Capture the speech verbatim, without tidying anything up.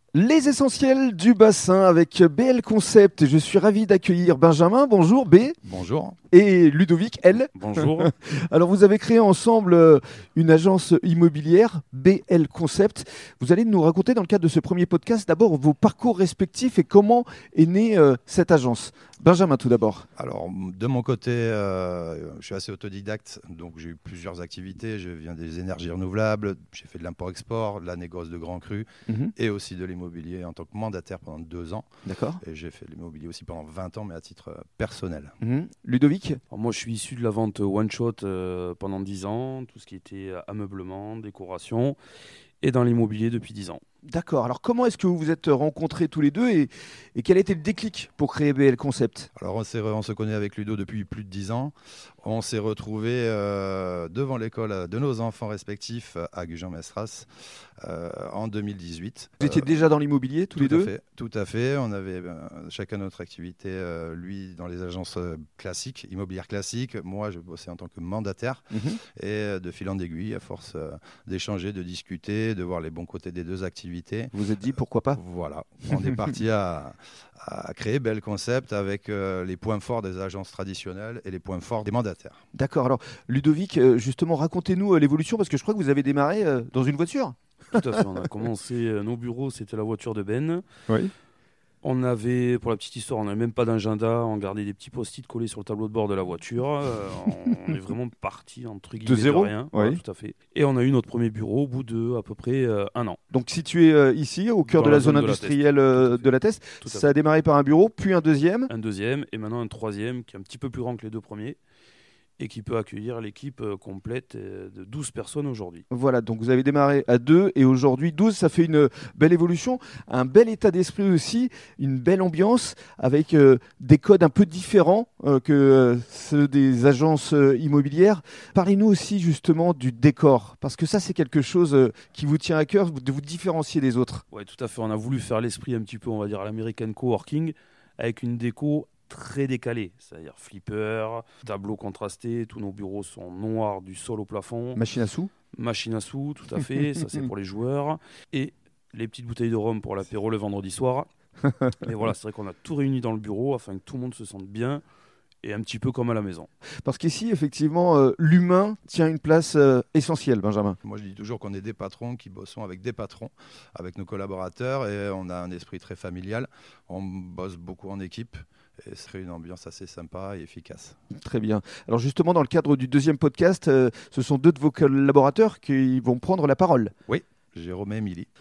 Les essentiels du bassin avec B L Concept. Je suis ravi d'accueillir Benjamin, bonjour B. Bonjour. Et Ludovic, L. Bonjour. Alors vous avez créé ensemble euh, une agence immobilière, B L Concept. Vous allez nous raconter dans le cadre de ce premier podcast d'abord vos parcours respectifs et comment est née euh, cette agence. Benjamin tout d'abord. Alors de mon côté, euh, je suis assez autodidacte, donc j'ai eu plusieurs activités. Je viens des énergies renouvelables, j'ai fait de l'import-export, de la négoce de grands crus Mmh. et aussi de l'immobilier en tant que mandataire pendant deux ans. D'accord. Et j'ai fait de l'immobilier aussi pendant vingt ans, mais à titre euh, personnel. Mmh. Ludovic. Alors moi, je suis issu de la vente one shot euh, pendant dix ans, tout ce qui était euh, ameublement, décoration, et dans l'immobilier depuis dix ans. D'accord. Alors comment est-ce que vous vous êtes rencontrés tous les deux et, et quel a été le déclic pour créer B L Concept? Alors on, s'est re- on se connaît avec Ludo depuis plus de dix ans. On s'est retrouvés euh, devant l'école de nos enfants respectifs à Gujan-Mestras euh, en deux mille dix-huit. Vous étiez déjà dans l'immobilier tous les Tout à deux? fait, tout à fait. On avait euh, chacun notre activité, euh, lui dans les agences euh, classiques, immobilières classiques. Moi, je bossais en tant que mandataire. Mmh. Et euh, de fil en aiguille, à force euh, d'échanger, de discuter, de voir les bons côtés des deux activités. Vous vous êtes dit pourquoi pas? Voilà, on est parti à, à créer B L Concept avec euh, les points forts des agences traditionnelles et les points forts des mandataires. D'accord. Alors Ludovic, euh, justement, racontez-nous euh, l'évolution parce que je crois que vous avez démarré euh, dans une voiture. Tout à fait. On a commencé euh, nos bureaux, c'était la voiture de Ben. Oui. On avait, pour la petite histoire, on n'avait même pas d'agenda, on gardait des petits post-it collés sur le tableau de bord de la voiture. Euh, on est vraiment parti entre guillemets de, zéro, rien. oui. Voilà, tout à fait. Et on a eu notre premier bureau au bout de à peu près euh, un an. Donc situé euh, ici, au cœur Dans de la la zone zone de la industrielle Teste. euh, Tout à fait. de la Teste. Tout à Ça a démarré par un bureau, puis un deuxième. Un deuxième et maintenant un troisième qui est un petit peu plus grand que les deux premiers et qui peut accueillir l'équipe euh, complète euh, de douze personnes aujourd'hui. Voilà, donc vous avez démarré à deux et aujourd'hui douze, ça fait une belle évolution, un bel état d'esprit aussi, une belle ambiance avec euh, des codes un peu différents euh, que euh, ceux des agences euh, immobilières. Parlez-nous aussi justement du décor, parce que ça c'est quelque chose euh, qui vous tient à cœur, de vous différencier des autres. Oui, tout à fait. On a voulu faire l'esprit un petit peu, on va dire, à l'American Coworking avec une déco très décalée, c'est-à-dire flipper, tableau contrasté, tous nos bureaux sont noirs du sol au plafond, Machine à sous. machine à sous, tout à fait, ça c'est pour les joueurs, et les petites bouteilles de rhum pour l'apéro le vendredi soir. Et voilà, c'est vrai qu'on a tout réuni dans le bureau afin que tout le monde se sente bien et un petit peu comme à la maison. Parce qu'ici, effectivement, euh, l'humain tient une place euh, essentielle, Benjamin. Moi, je dis toujours qu'on est des patrons qui bossons avec des patrons, avec nos collaborateurs, et on a un esprit très familial. On bosse beaucoup en équipe. Et ce serait une ambiance assez sympa et efficace. Très bien. Alors justement, dans le cadre du deuxième podcast, euh, ce sont deux de vos collaborateurs qui vont prendre la parole. Oui, Jérôme et Émilie.